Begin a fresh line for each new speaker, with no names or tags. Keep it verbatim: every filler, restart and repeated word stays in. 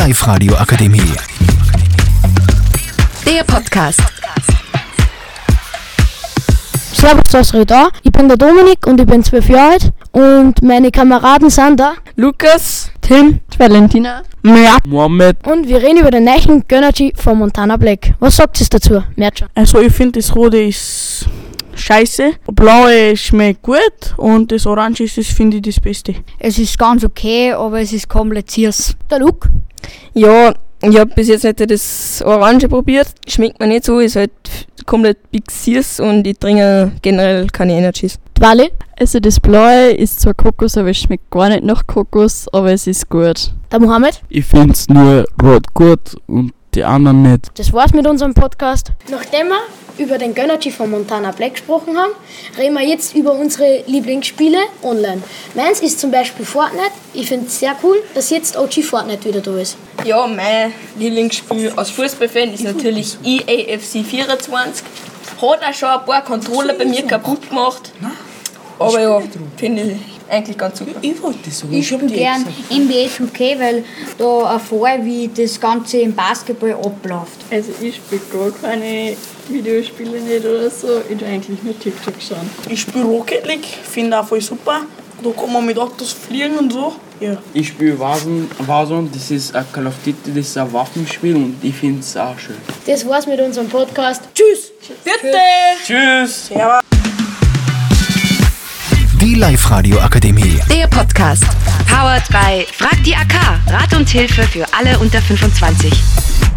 Live-Radio Akademie.
Der Podcast.
Servus aus Reda, ich bin der Dominik und ich bin zwölf Jahre alt und meine Kameraden sind da
Lukas,
Tim,
Valentina,
Mia
Mohammed.
und wir reden über den neuen Gönnergy von Montana Black. Was sagt es dazu? Mertscha.
Also ich finde das Rote ist scheiße, das Blaue schmeckt gut und das Orange ist, das finde ich das Beste.
Es ist ganz okay, aber es ist komplett süß.
Der Luke,
Ja, ich habe bis jetzt nicht das Orange probiert. Schmeckt mir nicht so, ist halt komplett big süß und ich trinke generell keine Energies.
die Wally,
Also das Blaue ist zwar Kokos, aber es schmeckt gar nicht nach Kokos, aber es ist gut.
der Mohammed.
Ich find's nur rot gut und die anderen nicht.
Das war's mit unserem Podcast. Nachdem wir über den Gönnergy von Montana Black gesprochen haben, reden wir jetzt über unsere Lieblingsspiele online. Meins ist zum Beispiel Fortnite. Ich finde es sehr cool, dass jetzt O G Fortnite wieder da ist.
Ja, mein Lieblingsspiel als Fußballfan ist natürlich E A F C vierundzwanzig. Hat auch schon ein paar Controller bei mir kaputt gemacht. Aber ja, finde ich eigentlich ganz super.
Ich wollte so.
Ich spiele gern N B A two K, weil da erfahre ich, wie das Ganze im Basketball abläuft.
Also ich spiele gar keine Videospiele nicht oder so, ich tue eigentlich nur TikTok schauen.
Ich spiele Rocket League, finde auch voll super. Da kann man mit Autos fliegen und so. Ja.
Ich spiele Warzone, Warzone, das ist ein Call of Duty, das ist ein Waffenspiel und ich finde es auch schön.
Das war's mit unserem Podcast.
Tschüss. Bitte.
Tschüss!
Ja.
Die Live-Radio Akademie.
Der Podcast. Powered by Frag die A K. Rat und Hilfe für alle unter fünfundzwanzig.